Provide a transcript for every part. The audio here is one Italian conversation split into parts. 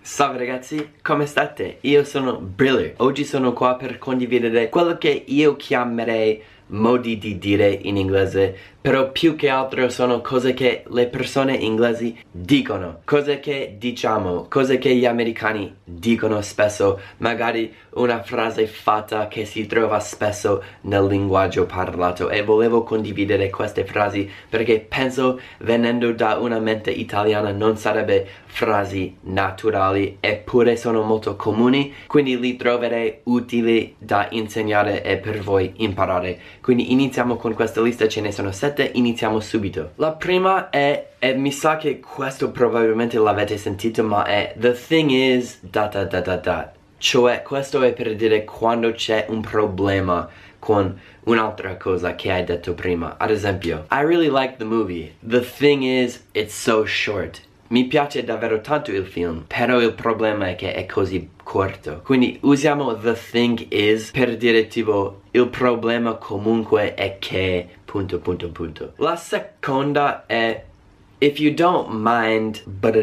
Salve ragazzi, come state? Io sono Briller. Oggi sono qua per condividere quello che io chiamerei modi di dire in inglese, però più che altro sono cose che le persone inglesi dicono, cose che diciamo, cose che gli americani dicono spesso, magari una frase fatta che si trova spesso nel linguaggio parlato, e volevo condividere queste frasi perché penso, venendo da una mente italiana, non sarebbe frasi naturali, eppure sono molto comuni, quindi li troverei utili da insegnare e per voi imparare. Quindi iniziamo con questa lista, ce ne sono 7, iniziamo subito. La prima è, e mi sa che questo probabilmente l'avete sentito, ma è the thing is da. Cioè, questo è per dire quando c'è un problema con un'altra cosa che hai detto prima. Ad esempio, I really like the movie. The thing is, it's so short. Mi piace davvero tanto il film, però il problema è che è così corto. Quindi usiamo the thing is per dire tipo il problema comunque è che... La seconda è if you don't mind.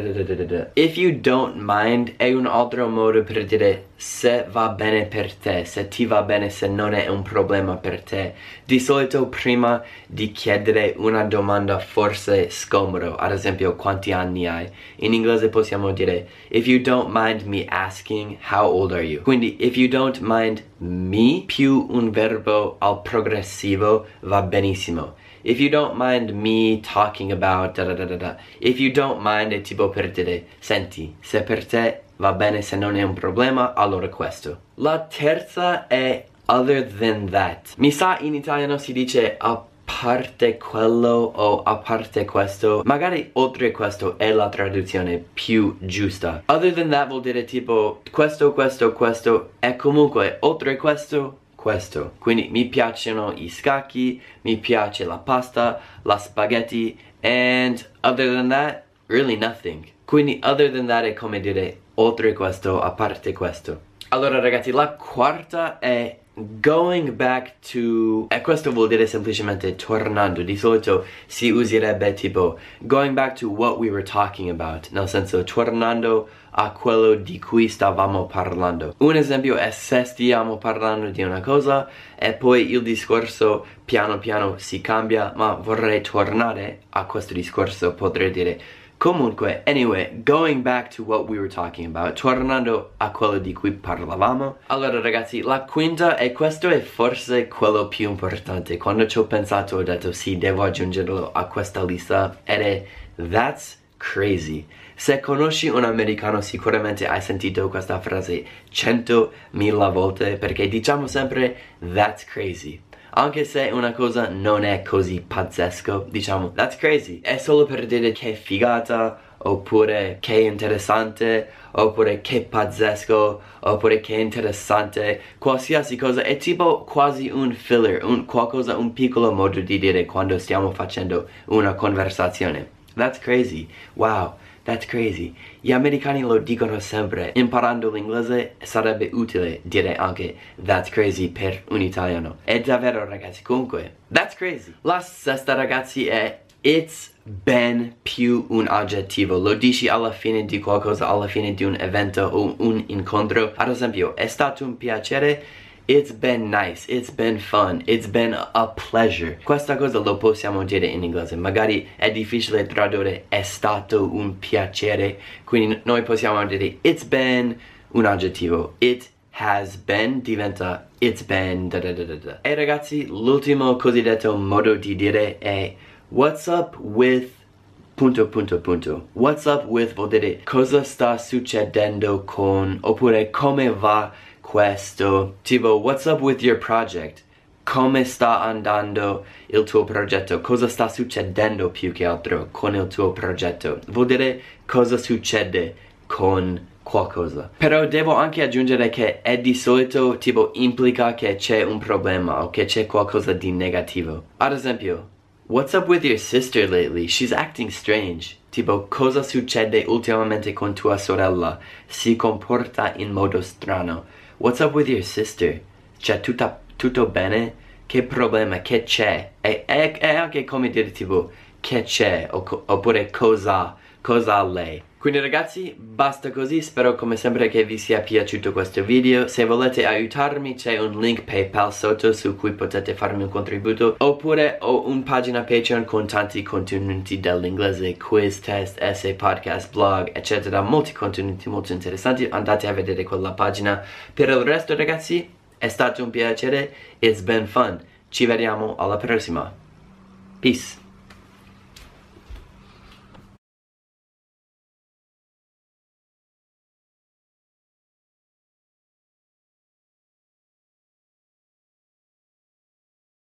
If you don't mind è un altro modo per dire se va bene per te, se ti va bene, se non è un problema per te. Di solito prima di chiedere una domanda forse scomodo, ad esempio quanti anni hai, in inglese possiamo dire if you don't mind me asking how old are you. Quindi if you don't mind me più un verbo al progressivo va benissimo. If you don't mind me talking about If you don't mind è tipo per dire senti, se per te va bene, se non è un problema, allora questo. La terza è other than that. Mi sa in italiano si dice a parte quello o a parte questo. Magari oltre questo è la traduzione più giusta. Other than that vuol dire tipo questo e comunque oltre questo. Quindi mi piacciono i scacchi, mi piace la pasta, la spaghetti, and other than that, really nothing. Quindi other than that è come dire oltre questo, a parte questo. Allora ragazzi, la quarta è going back to, e questo vuol dire semplicemente tornando. Di solito si userebbe tipo going back to what we were talking about, nel senso tornando a quello di cui stavamo parlando. Un esempio è se stiamo parlando di una cosa e poi il discorso piano piano si cambia, ma vorrei tornare a questo discorso, potrei dire comunque, anyway, going back to what we were talking about, tornando a quello di cui parlavamo. Allora ragazzi, la quinta, e questo è forse quello più importante, quando ci ho pensato ho detto sì, devo aggiungerlo a questa lista, ed è that's crazy. Se conosci un americano sicuramente hai sentito questa frase 100.000 volte, perché diciamo sempre that's crazy. Anche se una cosa non è così pazzesco, diciamo that's crazy. È solo per dire che è figata, oppure che è interessante, oppure che è pazzesco, oppure che è interessante. Qualsiasi cosa è tipo quasi un filler, un piccolo modo di dire quando stiamo facendo una conversazione. That's crazy. Wow. That's crazy. Gli americani lo dicono sempre. Imparando l'inglese sarebbe utile dire anche that's crazy per un italiano. È davvero ragazzi, comunque, that's crazy. La sesta ragazzi è it's been più un aggettivo. Lo dici alla fine di qualcosa, alla fine di un evento o un incontro. Ad esempio, è stato un piacere. It's been nice, it's been fun, it's been a pleasure. Questa cosa lo possiamo dire in inglese, magari è difficile tradurre è stato un piacere, quindi noi possiamo dire it's been un aggettivo, it has been diventa it's been E ragazzi, l'ultimo cosiddetto modo di dire è what's up with... What's up with vuol dire cosa sta succedendo con, oppure come va questo. Tipo what's up with your project, come sta andando il tuo progetto, cosa sta succedendo più che altro con il tuo progetto. Vuol dire cosa succede con qualcosa. Però devo anche aggiungere che è di solito tipo implica che c'è un problema o che c'è qualcosa di negativo. Ad esempio, what's up with your sister lately? She's acting strange. Tipo, cosa succede ultimamente con tua sorella? Si comporta in modo strano. What's up with your sister? C'è tutto bene? Che problema? Che c'è? È anche come dire tipo che c'è oppure cosa ha lei. Quindi ragazzi, basta così, spero come sempre che vi sia piaciuto questo video. Se volete aiutarmi c'è un link PayPal sotto su cui potete farmi un contributo, oppure ho una pagina Patreon con tanti contenuti dell'inglese, quiz, test, essay, podcast, blog, eccetera, molti contenuti molto interessanti. Andate a vedere quella pagina. Per il resto ragazzi, è stato un piacere, it's been fun. Ci vediamo alla prossima. Peace.